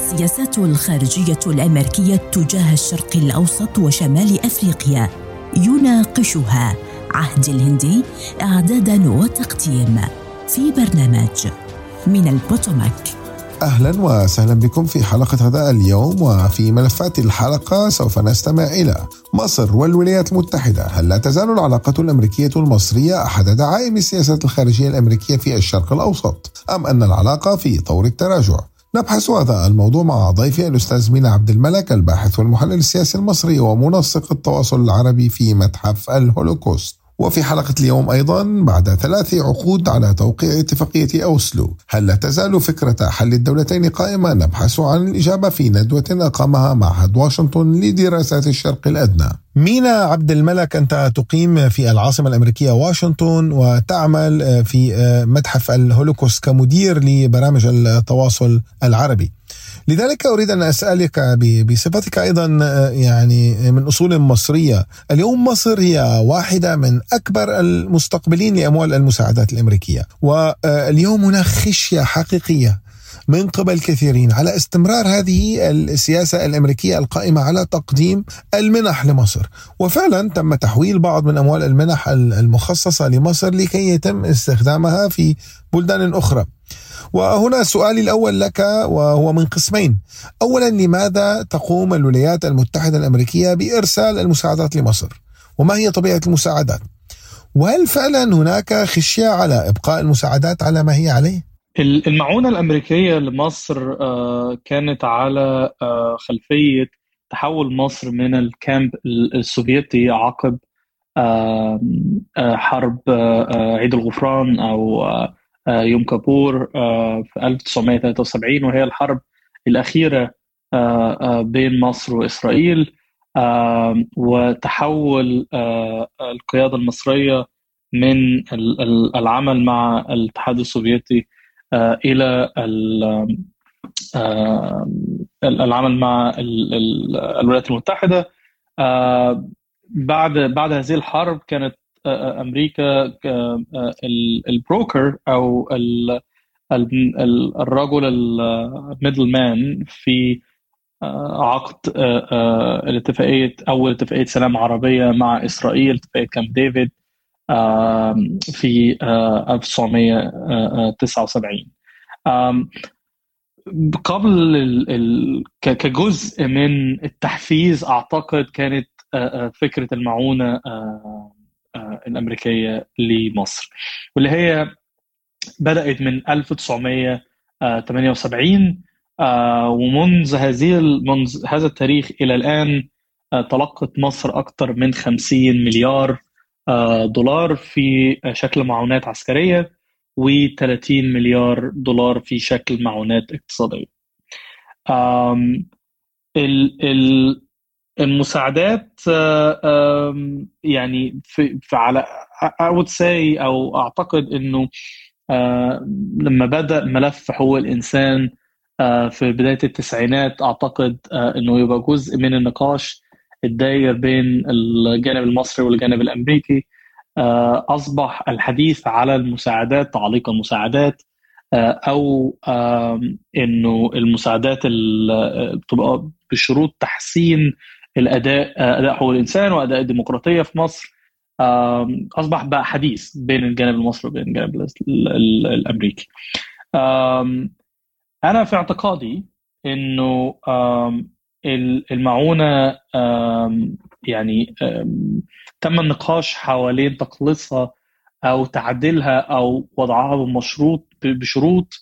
السياسات الخارجية الأمريكية تجاه الشرق الأوسط وشمال أفريقيا يناقشها عهد الهندي إعداداً وتقديم في برنامج من البوتوماك. أهلا وسهلا بكم في حلقة هذا اليوم. وفي ملفات الحلقة سوف نستمع إلى مصر والولايات المتحدة. هل لا تزال العلاقة الأمريكية المصرية أحد دعائم السياسة الخارجية الأمريكية في الشرق الأوسط، أم أن العلاقة في طور التراجع؟ نبحث هذا الموضوع مع ضيفي الأستاذ مينا عبد الملك، الباحث والمحلل السياسي المصري ومنسق التواصل العربي في متحف الهولوكوست. وفي حلقة اليوم أيضا، بعد 3 عقود على توقيع اتفاقية أوسلو، هل لا تزال فكرة حل الدولتين قائمة؟ نبحث عن الإجابة في ندوة أقامها معهد واشنطن لدراسات الشرق الأدنى. مينا عبد الملك، أنت تقيم في العاصمة الأمريكية واشنطن وتعمل في متحف الهولوكوست كمدير لبرامج التواصل العربي. لذلك أريد أن أسألك بصفتك أيضا يعني من أصول مصرية، اليوم مصر هي واحدة من أكبر المستقبلين لأموال المساعدات الأمريكية، واليوم هناك خشية حقيقية من قبل كثيرين على استمرار هذه السياسة الأمريكية القائمة على تقديم المنح لمصر، وفعلا تم تحويل بعض من أموال المنح المخصصة لمصر لكي يتم استخدامها في بلدان أخرى. وهنا سؤالي الأول لك، وهو من قسمين. أولا، لماذا تقوم الولايات المتحدة الأمريكية بإرسال المساعدات لمصر؟ وما هي طبيعة المساعدات؟ وهل فعلا هناك خشية على إبقاء المساعدات على ما هي عليه؟ المعونة الأمريكية لمصر كانت على خلفية تحول مصر من الكامب السوفيتي عقب حرب عيد الغفران أو يوم كابور في 1973، وهي الحرب الأخيرة بين مصر وإسرائيل، وتحول القيادة المصرية من العمل مع الاتحاد السوفيتي إلى العمل مع الولايات المتحدة. بعد هذه الحرب كانت أمريكا البروكر أو الرجل الميدل مان في عقد أول اتفاقية سلام عربية مع إسرائيل، اتفاقية كامب ديفيد في 1979. قبل كجزء من التحفيز، أعتقد كانت فكرة المعونة الأمريكية لمصر، واللي هي بدأت من 1978، ومنذ هذا التاريخ إلى الآن تلقت مصر أكثر من 50 مليار دولار في شكل معونات عسكرية و30 مليار دولار في شكل معونات اقتصادية. المساعدات يعني في على I would say أو أعتقد إنه لما بدأ ملف حقوق الإنسان في بداية التسعينات، أعتقد إنه يبقى جزء من النقاش الداير بين الجانب المصري والجانب الأمريكي. أصبح الحديث على المساعدات، تعليق المساعدات، أو إنه المساعدات تبقى بشروط تحسين أداء حقوق الإنسان وأداء الديمقراطية في مصر، أصبح بقى حديث بين الجانب المصري وبين الجانب الأمريكي. أنا في اعتقادي إنه المعونة يعني تم النقاش حوالين تقليصها أو تعديلها أو وضعها بشروط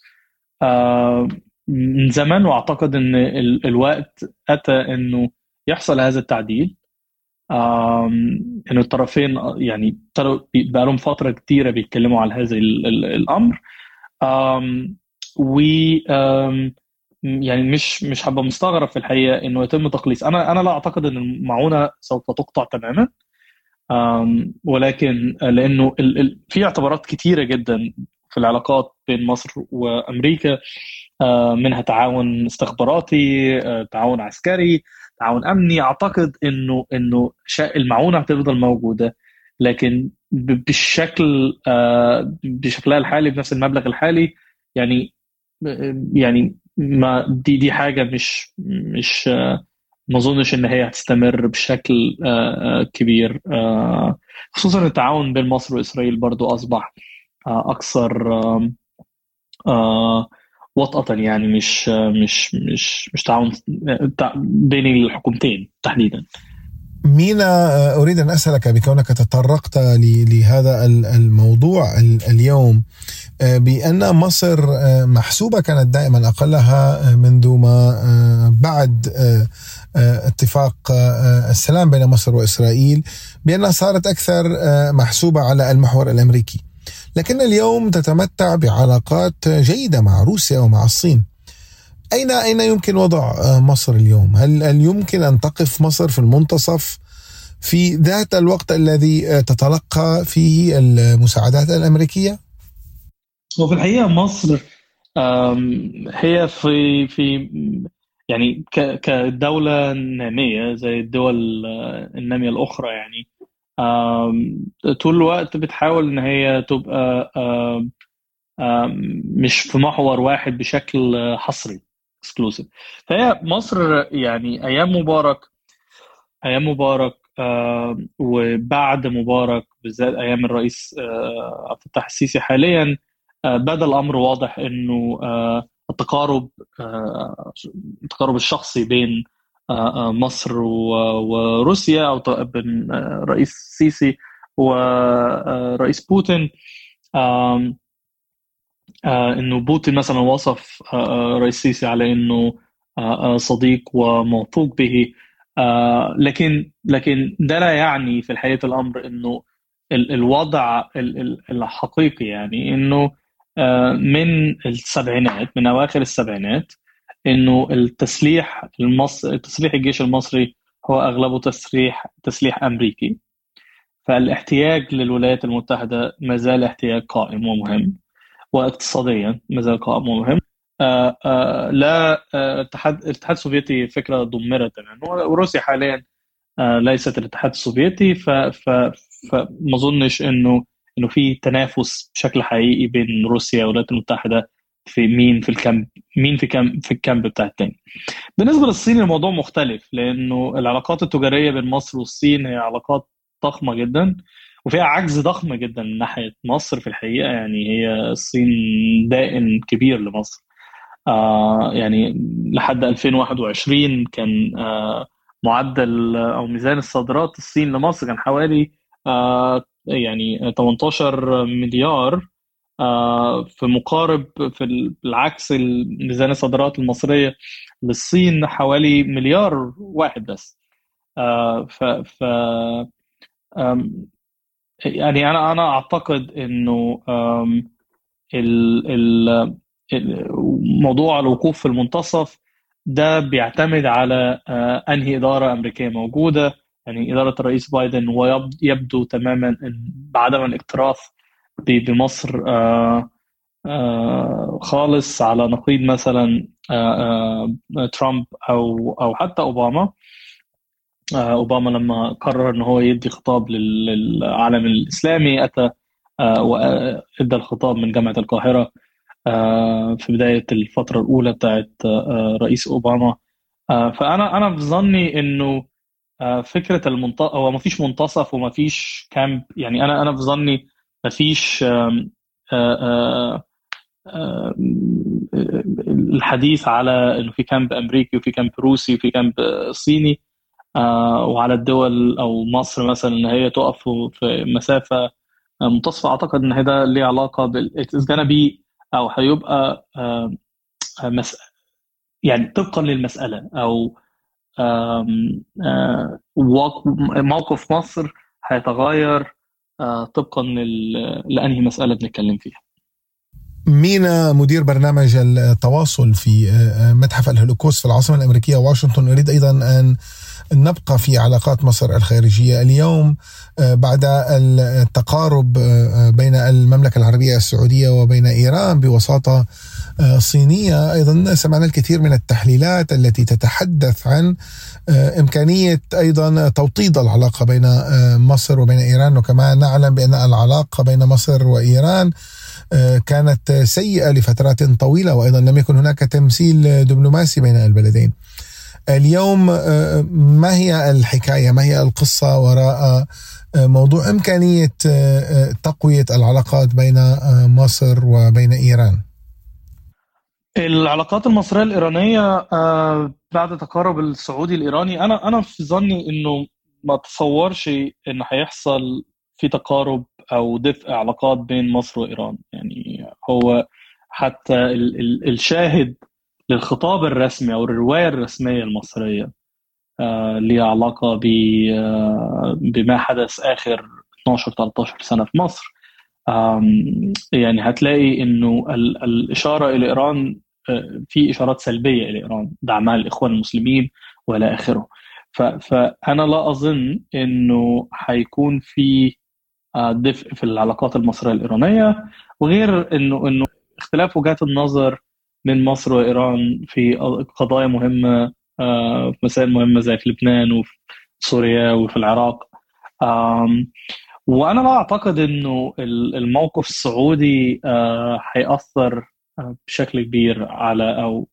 من زمان، وأعتقد إن الوقت أتى إنه يحصل هذا التعديل. إنه الطرفين يعني بقى لهم فترة كتيرة بيتكلموا على هذا الأمر، و يعني مش هبقى مستغرب في الحقيقة إنه يتم تقليص. أنا لا أعتقد إن المعونة سوف تقطع تماما، ولكن لأنه في اعتبارات كتيرة جدا في العلاقات بين مصر وأمريكا، منها تعاون استخباراتي، تعاون عسكري، تعاون أمني. أعتقد إنه المعونة هتفضل موجودة، لكن بشكلها الحالي بنفس المبلغ الحالي، يعني ما دي حاجة مش ما أظنش إن هي هتستمر بشكل كبير، خصوصا التعاون بين مصر وإسرائيل برضو أصبح أكثر وطأة، يعني مش تعاون بين الحكومتين تحديدا. مينا، أريد أن أسألك بكونك تطرقت لهذا الموضوع اليوم، بأن مصر محسوبة كانت دائما أقلها منذ ما بعد اتفاق السلام بين مصر وإسرائيل، بأنها صارت أكثر محسوبة على المحور الأمريكي، لكن اليوم تتمتع بعلاقات جيدة مع روسيا ومع الصين. أين يمكن وضع مصر اليوم؟ هل يمكن أن تقف مصر في المنتصف في ذات الوقت الذي تتلقى فيه المساعدات الأمريكية؟ وفي الحقيقة مصر هي في يعني كدولة نامية زي الدول النامية الأخرى، يعني طول الوقت بتحاول إن هي تبقى مش في محور واحد بشكل حصري exclusive. فهي مصر يعني أيام مبارك وبعد مبارك بالذات أيام الرئيس عبد الفتاح السيسي حاليا بدأ الأمر واضح إنه التقارب الشخصي بين مصر وروسيا، أو بين رئيس السيسي ورئيس بوتين، إنه بوتين مثلا وصف رئيس السيسي على إنه صديق وموثوق به، لكن ده لا يعني في الحقيقة الأمر إنه الوضع الحقيقي، يعني إنه من أواخر السبعينات إنه تسليح الجيش المصري هو أغلبه تسليح أمريكي. فالاحتياج للولايات المتحدة ما زال احتياج قائم ومهم، واقتصاديا ما زال قائم ومهم. لا الاتحاد السوفيتي فكرة دمرت تماما، وروسيا حاليا ليست الاتحاد السوفيتي، فما اظنش انه في تنافس بشكل حقيقي بين روسيا والولايات المتحدة في مين في الكامب بتاع التاني. بالنسبة للصين الموضوع مختلف، لأنه العلاقات التجارية بين مصر والصين هي علاقات ضخمة جدا، وفيها عجز ضخم جدا من ناحية مصر في الحقيقة. يعني هي الصين دائن كبير لمصر، يعني لحد 2021 كان معدل أو ميزان الصادرات الصين لمصر كان حوالي يعني 18 مليار، في مقارب في العكس ميزان الصادرات المصرية للصين حوالي 1 مليار بس. ف يعني أنا أعتقد إنه موضوع الوقوف في المنتصف ده بيعتمد على أنهي إدارة أمريكية موجودة. يعني إدارة الرئيس بايدن ويبدو تماما بعدم الاكتراث بمصر خالص، على نقيض مثلا ترامب أو حتى أوباما لما قرر أنه هو يدي خطاب للعالم الإسلامي، أتى وإدى الخطاب من جامعة القاهرة في بداية الفترة الأولى بتاعت رئيس أوباما. فأنا في ظني إنه فكرة هو مفيش منتصف ومفيش كامب. يعني أنا في ظني مفيش الحديث على إنه في كامب أمريكي وفي كامب روسي وفي كامب صيني، وعلى الدول أو مصر مثلا إن هي تقف في مسافة منتصفة. أعتقد إن هذا ليه علاقة it's gonna be أو هيبقى يعني طبقا للمسألة، أو موقف مصر هيتغير طبقا لأنهي مسألة بنتكلم فيها. مينا، مدير برنامج التواصل في متحف الهولوكوست في العاصمة الأمريكية واشنطن، أريد أيضا أن نبقى في علاقات مصر الخارجية اليوم بعد التقارب بين المملكة العربية السعودية وبين إيران بوساطة صينية. أيضا سمعنا الكثير من التحليلات التي تتحدث عن إمكانية أيضا توطيد العلاقة بين مصر وبين إيران، وكما نعلم بأن العلاقة بين مصر وإيران كانت سيئة لفترات طويلة، وأيضا لم يكن هناك تمثيل دبلوماسي بين البلدين. اليوم ما هي الحكاية، ما هي القصة وراء موضوع إمكانية تقوية العلاقات بين مصر وبين إيران؟ العلاقات المصرية الإيرانية بعد تقارب السعودي الإيراني، أنا في ظني إنه ما تصورش إنه هيحصل في تقارب أو دفء علاقات بين مصر وإيران. يعني هو حتى الشاهد للخطاب الرسمي أو الرواية الرسمية المصرية ليها علاقة بما حدث آخر 12-13 سنة في مصر. يعني هتلاقي إنه الإشارة إلى إيران في إشارات سلبية إلى إيران، دعمها الإخوان المسلمين وإلى آخره. فأنا لا أظن إنه هيكون في دفء في العلاقات المصرية الإيرانية، وغير إنه اختلاف وجهات النظر من مصر وإيران في قضايا مهمة، في مسائل مهمة زي في لبنان وفي سوريا وفي العراق. وأنا لا أعتقد إنه الموقف السعودي هيأثر بشكل كبير على أو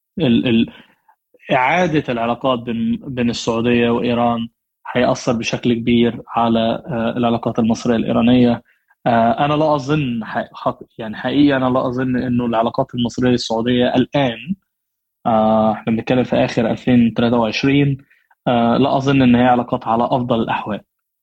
إعادة العلاقات بين السعودية وإيران هيأثر بشكل كبير على العلاقات المصرية الإيرانية. أنا لا أظن يعني حقيقي أنا لا أظن إنه العلاقات المصرية السعودية الآن، إحنا بنتكلم في آخر 2023، لا أظن إن هي علاقات على أفضل الأحوال.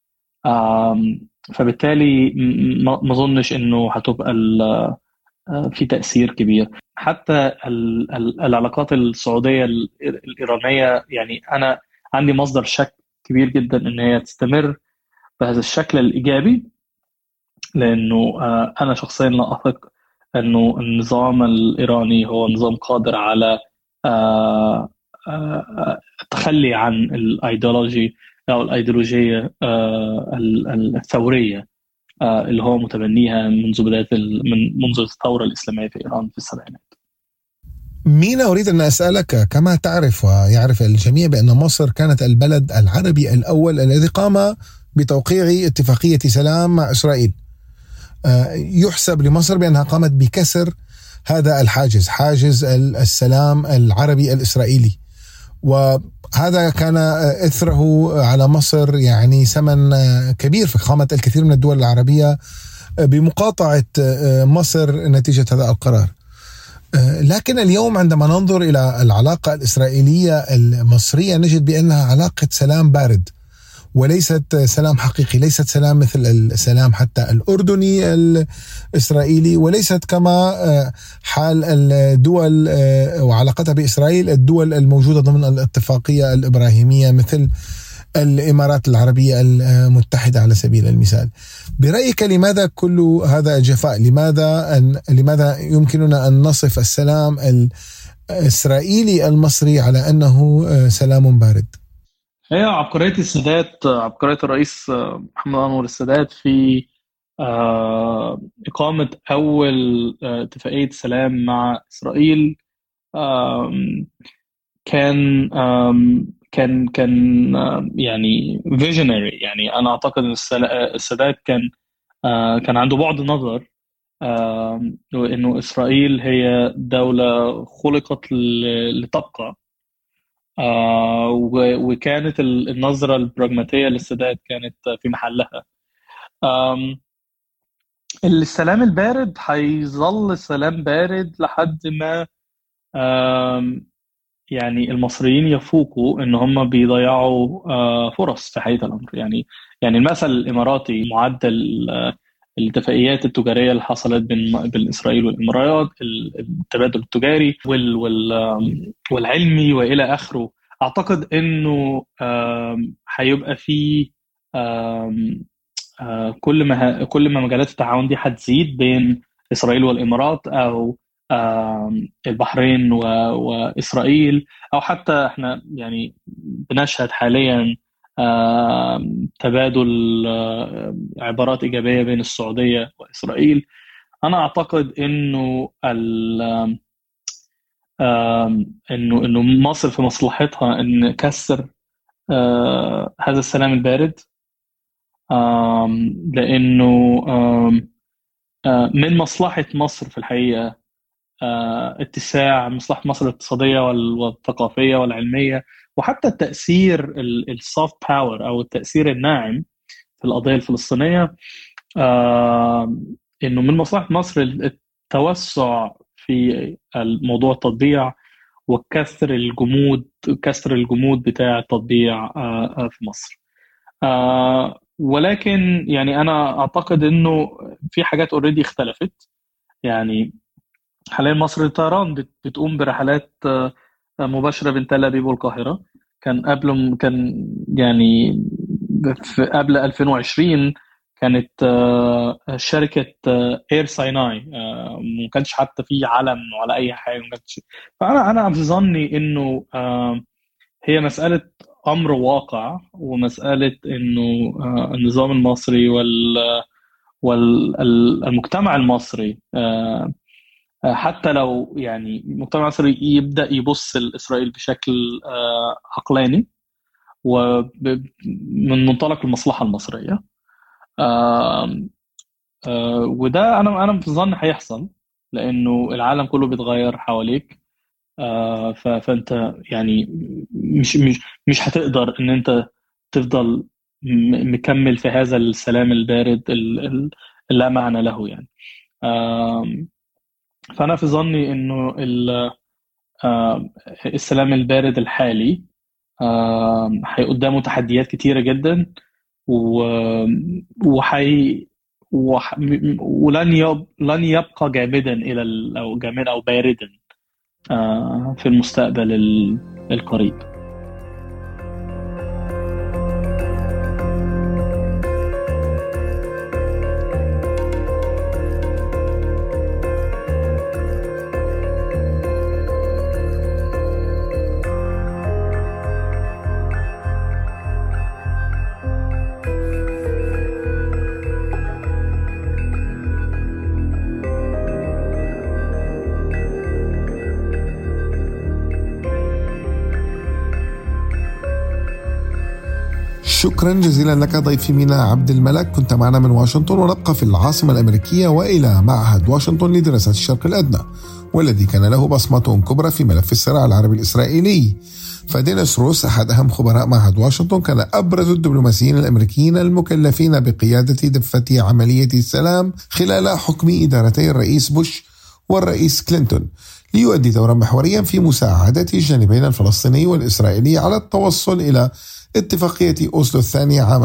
فبالتالي ما أظنش إنه هتبقى في تأثير كبير. حتى العلاقات السعودية الإيرانية، يعني أنا عندي مصدر شك كبير جدا إن هي تستمر بهذا الشكل الإيجابي، لأنه أنا شخصيا لا أثق أنه النظام الإيراني هو نظام قادر على التخلي عن الأيديولوجي أو الأيديولوجية الثورية اللي هو متبنيها منذ الثورة الإسلامية في إيران في السبعينات. مينا، أريد أن أسألك، كما تعرف ويعرف الجميع بأن مصر كانت البلد العربي الأول الذي قام بتوقيع اتفاقية سلام مع إسرائيل. يحسب لمصر بأنها قامت بكسر هذا الحاجز، حاجز السلام العربي الإسرائيلي، وهذا كان إثره على مصر يعني ثمن كبير، فقامت الكثير من الدول العربية بمقاطعة مصر نتيجة هذا القرار. لكن اليوم عندما ننظر إلى العلاقة الإسرائيلية المصرية نجد بأنها علاقة سلام بارد وليست سلام حقيقي، ليست سلام مثل السلام حتى الأردني الإسرائيلي، وليست كما حال الدول وعلاقتها بإسرائيل الدول الموجودة ضمن الاتفاقية الإبراهيمية مثل الإمارات العربية المتحدة على سبيل المثال. برأيك لماذا كل هذا الجفاء؟ لماذا يمكننا أن نصف السلام الإسرائيلي المصري على أنه سلام بارد؟ هي عبقرية السادات، عبقرية الرئيس محمد أنور السادات في إقامة أول اتفاقية سلام مع إسرائيل. كان يعني visionary. يعني أنا أعتقد أن السادات كان عنده بعد نظر، وإنه إسرائيل هي دولة خلقت لتبقى، وكانت النظرة البراغماتية للسادات كانت في محلها. السلام البارد هيظل سلام بارد لحد ما يعني المصريين يفوقوا ان هم بيضيعوا فرص في حقيقة الامر. يعني المثل الاماراتي، معدل الاتفاقيات التجارية اللي حصلت بين اسرائيل والامارات، التبادل التجاري والعلمي والى اخره، اعتقد انه هيبقى في كل ما مجالات التعاون دي هتزيد بين اسرائيل والامارات، او البحرين وإسرائيل، أو حتى احنا يعني بنشهد حاليا تبادل عبارات إيجابية بين السعودية وإسرائيل. أنا أعتقد إنه مصر في مصلحتها إن كسر هذا السلام البارد، لأنه من مصلحة مصر في الحقيقة اتساع مصلحة مصر الاقتصادية والثقافية والعلمية، وحتى التأثير السوفت باور أو التأثير الناعم في القضية الفلسطينية. إنه من مصلحة مصر التوسع في الموضوع التطبيع وكسر الجمود بتاع التطبيع في مصر. ولكن يعني أنا أعتقد إنه في حاجات اوريدي اختلفت. يعني حاليا مصر للطيران بتقوم برحلات مباشرة بين تل أبيب والقاهرة. كان يعني قبل 2020 كانت شركة اير سايناي، ما كانش حتى في علم ولا أي حاجة. فأنا في ظني إنه هي مسألة أمر واقع، ومسألة إنه النظام المصري والمجتمع المصري، حتى لو يعني المجتمع المصري يبدأ يبص لإسرائيل بشكل عقلاني ومن منطلق المصلحة المصرية. وده أنا في ظن هيحصل، لأنه العالم كله بيتغير حواليك. فأنت يعني مش هتقدر إن أنت تفضل مكمل في هذا السلام البارد لا معنى له يعني. فأنا في ظني إنه السلام البارد الحالي قدامه تحديات كتيرة جدا، ولن يبقى جامدا أو جامدا أو باردا في المستقبل القريب. شكرا جزيلا لك ضيفي مينا عبد الملك، كنت معنا من واشنطن. ونبقى في العاصمة الأمريكية وإلى معهد واشنطن لدراسات الشرق الأدنى، والذي كان له بصمة كبرى في ملف الصراع العربي الإسرائيلي. فدينيس روس أحد أهم خبراء معهد واشنطن كان أبرز الدبلوماسيين الأمريكيين المكلفين بقيادة دفة عملية السلام خلال حكم إدارتي الرئيس بوش والرئيس كلينتون، ليؤدي دورا محوريا في مساعدة الجانبين الفلسطيني والإسرائيلي على التوصل إلى اتفاقية أوسلو الثانية عام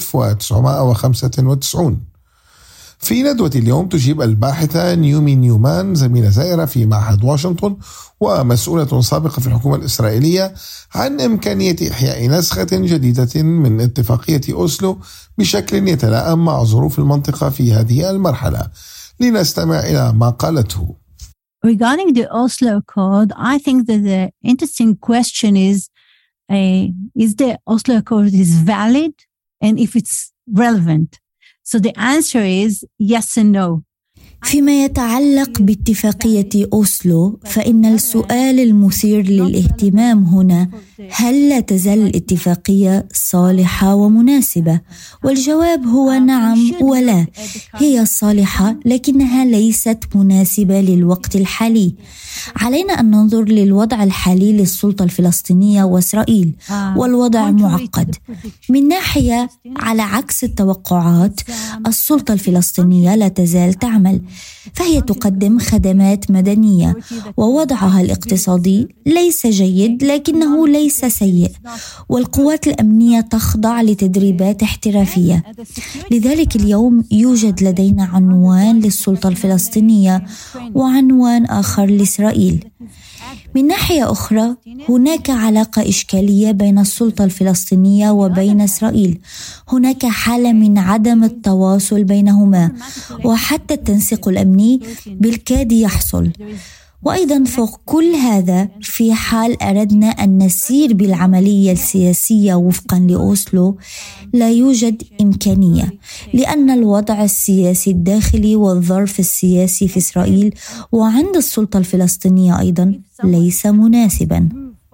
1995. في ندوة اليوم تجيب الباحثة نيومي نيومان، زميلة زائرة في معهد واشنطن ومسؤولة سابقة في الحكومة الإسرائيلية، عن إمكانية إحياء نسخة جديدة من اتفاقية أوسلو بشكل يتلائم مع ظروف المنطقة في هذه المرحلة. لنستمع إلى ما قالته. Regarding the Oslo Accord, I think that the interesting question is the Oslo Accord is valid, and if it's relevant. So the answer is yes and no. فيما يتعلق باتفاقية أوسلو، فإن السؤال المثير للاهتمام هنا: هل لا تزال الاتفاقية صالحة ومناسبة؟ والجواب هو نعم ولا. هي صالحة لكنها ليست مناسبة للوقت الحالي. علينا أن ننظر للوضع الحالي للسلطة الفلسطينية وإسرائيل، والوضع معقد. من ناحية، على عكس التوقعات، السلطة الفلسطينية لا تزال تعمل، فهي تقدم خدمات مدنية، ووضعها الاقتصادي ليس جيد لكنه ليس سيء، والقوات الأمنية تخضع لتدريبات احترافية. لذلك اليوم يوجد لدينا عنوان للسلطة الفلسطينية وعنوان آخر لإسرائيل. من ناحية أخرى، هناك علاقة إشكالية بين السلطة الفلسطينية وبين إسرائيل. هناك حالة من عدم التواصل بينهما، وحتى التنسيق الأمني بالكاد يحصل. وأيضا فوق كل هذا، في حال أردنا أن نسير بالعملية السياسية وفقا لأوسلو، لا يوجد إمكانية، لأن الوضع السياسي الداخلي والظرف السياسي في إسرائيل وعند السلطة الفلسطينية أيضا ليس مناسبا.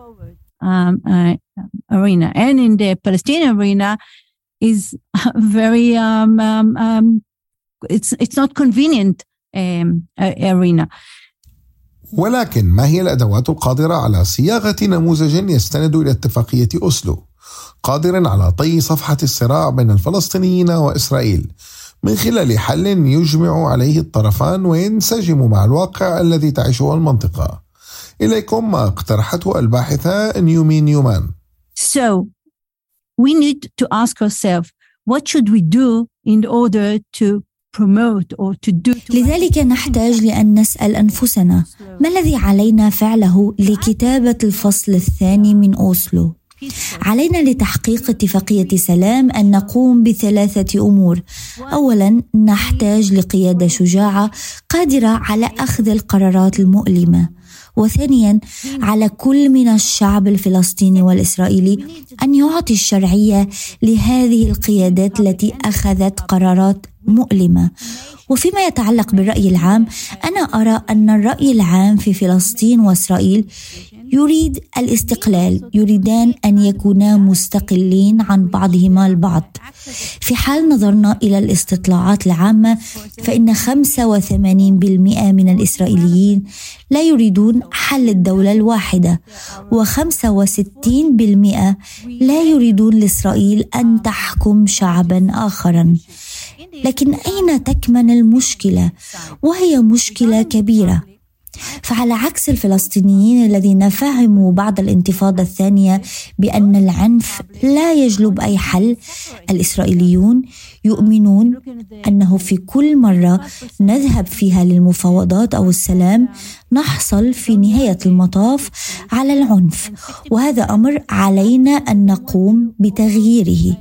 Arena and in the Palestinian arena is very it's not convenient arena. ولكن ما هي الأدوات القادرة على صياغة نموذج يستند إلى اتفاقية أوسلو قادر على طي صفحة الصراع بين الفلسطينيين وإسرائيل من خلال حل يجمع عليه الطرفان وينسجم مع الواقع الذي تعيشه المنطقة؟ إليكم ما اقترحته الباحثة نيومي نيومان. So we need to ask ourselves, what should we do in order to promote or to do? لذلك نحتاج لأن نسأل أنفسنا ما الذي علينا فعله لكتابة الفصل الثاني من أوسلو؟ علينا لتحقيق اتفاقية سلام أن نقوم بثلاثة أمور. أولاً، نحتاج لقيادة شجاعة قادرة على أخذ القرارات المؤلمة. وثانياً، على كل من الشعب الفلسطيني والإسرائيلي أن يعطي الشرعية لهذه القيادات التي أخذت قرارات مؤلمة. وفيما يتعلق بالرأي العام، أنا أرى أن الرأي العام في فلسطين وإسرائيل يريد الاستقلال، يريدان أن يكونا مستقلين عن بعضهما البعض. في حال نظرنا إلى الاستطلاعات العامة فإن 85% من الإسرائيليين لا يريدون حل الدولة الواحدة، و65% لا يريدون لإسرائيل أن تحكم شعبا آخرا. لكن أين تكمن المشكلة؟ وهي مشكلة كبيرة. فعلى عكس الفلسطينيين الذين فهموا بعد الانتفاضة الثانية بأن العنف لا يجلب أي حل، الإسرائيليون يؤمنون أنه في كل مرة نذهب فيها للمفاوضات أو السلام نحصل في نهاية المطاف على العنف، وهذا أمر علينا أن نقوم بتغييره.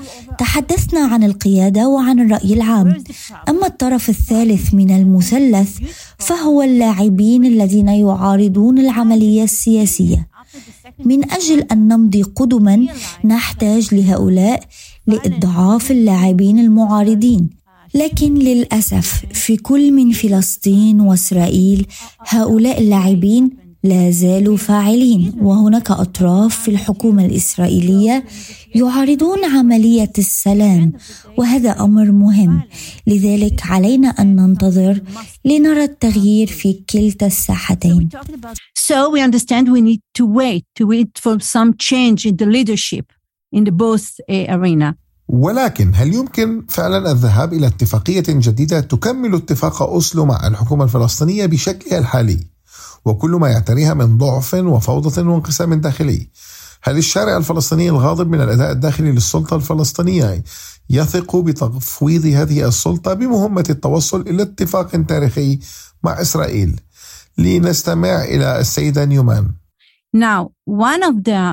تحدثنا عن القيادة وعن الرأي العام. أما الطرف الثالث من المثلث فهو اللاعبين الذين يعارضون العملية السياسية. من أجل أن نمضي قدما نحتاج لهؤلاء لإضعاف اللاعبين المعارضين. لكن للأسف في كل من فلسطين وإسرائيل هؤلاء اللاعبين لا زالوا فاعلين، وهناك أطراف في الحكومة الإسرائيلية يعارضون عملية السلام، وهذا أمر مهم. لذلك علينا أن ننتظر لنرى التغيير في كلتا الساحتين. So we understand we need to wait for some change in the leadership in the both arena. ولكن هل يمكن فعلا الذهاب إلى اتفاقية جديدة تكمل اتفاق أوسلو مع الحكومة الفلسطينية بشكلها الحالي وكل ما يعتريها من ضعف وفوضى وانقسام داخلي؟ هل الشارع الفلسطيني الغاضب من الأداء الداخلي للسلطة الفلسطينية يثق بتفويض هذه السلطة بمهمة التوصل إلى اتفاق تاريخي مع إسرائيل؟ لنستمع إلى السيدة نيومان. Now, one of the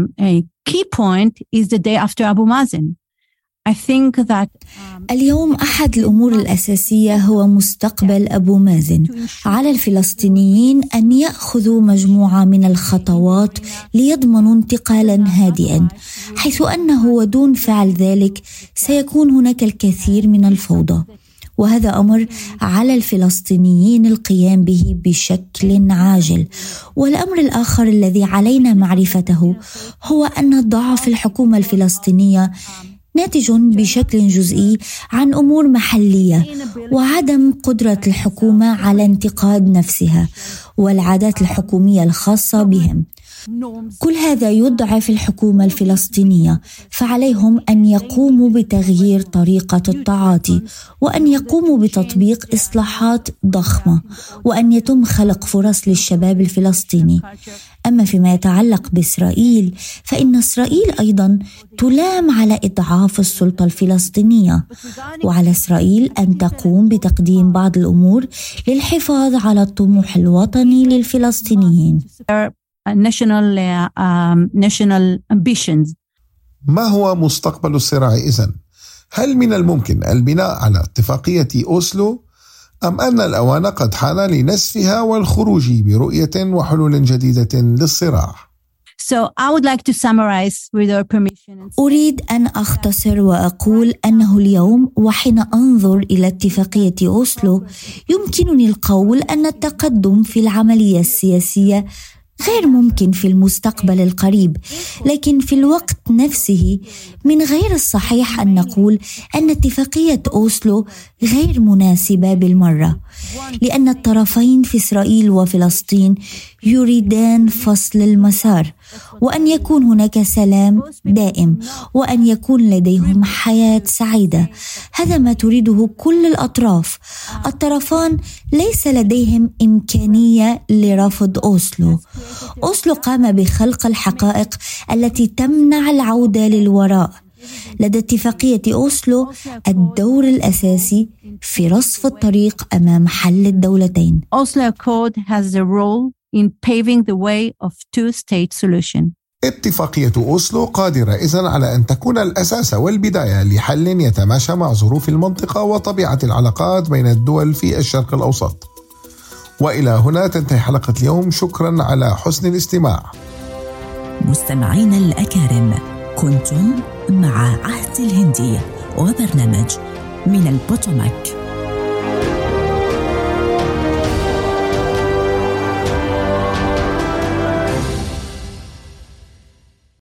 key point is the day after Abu Mazen. I think that اليوم أحد الأمور الأساسية هو مستقبل أبو مازن. على الفلسطينيين أن يأخذوا مجموعة من الخطوات ليضمنوا انتقالا هادئا، حيث أنه ودون فعل ذلك سيكون هناك الكثير من الفوضى، وهذا أمر على الفلسطينيين القيام به بشكل عاجل. والأمر الآخر الذي علينا معرفته هو أن ضعف الحكومة الفلسطينية ناتج بشكل جزئي عن أمور محلية وعدم قدرة الحكومة على انتقاد نفسها والعادات الحكومية الخاصة بهم. كل هذا يضعف الحكومة الفلسطينية، فعليهم أن يقوموا بتغيير طريقة التعاطي، وأن يقوموا بتطبيق إصلاحات ضخمة، وأن يتم خلق فرص للشباب الفلسطيني. أما فيما يتعلق بإسرائيل فإن إسرائيل أيضا تلام على إضعاف السلطة الفلسطينية، وعلى إسرائيل أن تقوم بتقديم بعض الأمور للحفاظ على الطموح الوطني للفلسطينيين. national ambitions. ما هو مستقبل الصراع إذن؟ هل من الممكن البناء على اتفاقية أوسلو أم أن الأوان قد حان لنسفها والخروج برؤية وحلول جديدة للصراع؟ So I would like to summarize with your permission. أريد أن أختصر وأقول أنه اليوم وحين أنظر إلى اتفاقية أوسلو يمكنني القول أن التقدم في العملية السياسية غير ممكن في المستقبل القريب، لكن في الوقت نفسه من غير الصحيح أن نقول أن اتفاقية أوسلو غير مناسبة بالمرة، لأن الطرفين في إسرائيل وفلسطين يريدان فصل المسار، وأن يكون هناك سلام دائم، وأن يكون لديهم حياة سعيدة. هذا ما تريده كل الأطراف. الطرفان ليس لديهم إمكانية لرفض أوسلو. أوسلو قام بخلق الحقائق التي تمنع العودة للوراء. لدى اتفاقية أوسلو الدور الأساسي في رصف الطريق أمام حل الدولتين. Oslo Accord has the role in paving the way of two-state solution. اتفاقية أوسلو قادرة إذن على أن تكون الأساس والبداية لحل يتماشى مع ظروف المنطقة وطبيعة العلاقات بين الدول في الشرق الأوسط. وإلى هنا تنتهي حلقة اليوم. شكرا على حسن الاستماع. مستمعين الأكارم، كنتم مع عهد الهندي وبرنامج من البوتوماك.